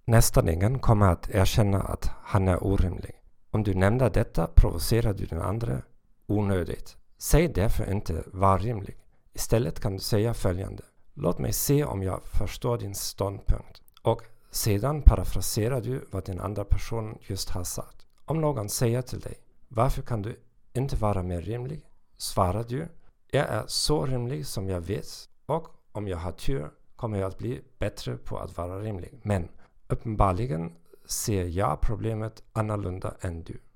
nästningen kommer att erkänna att han är orimlig. Om du nämner detta provocerar du den andra onödigt. Säg därför inte var rimlig. Istället kan du säga följande. Låt mig se om jag förstår din ståndpunkt. Och sedan parafraserar du vad den andra personen just har sagt. Om någon säger till dig, varför kan du inte vara mer rimlig? Svarar du, jag är så rimlig som jag vet och om jag har tur kommer jag att bli bättre på att vara rimlig. Men uppenbarligen ser jag problemet annorlunda än du.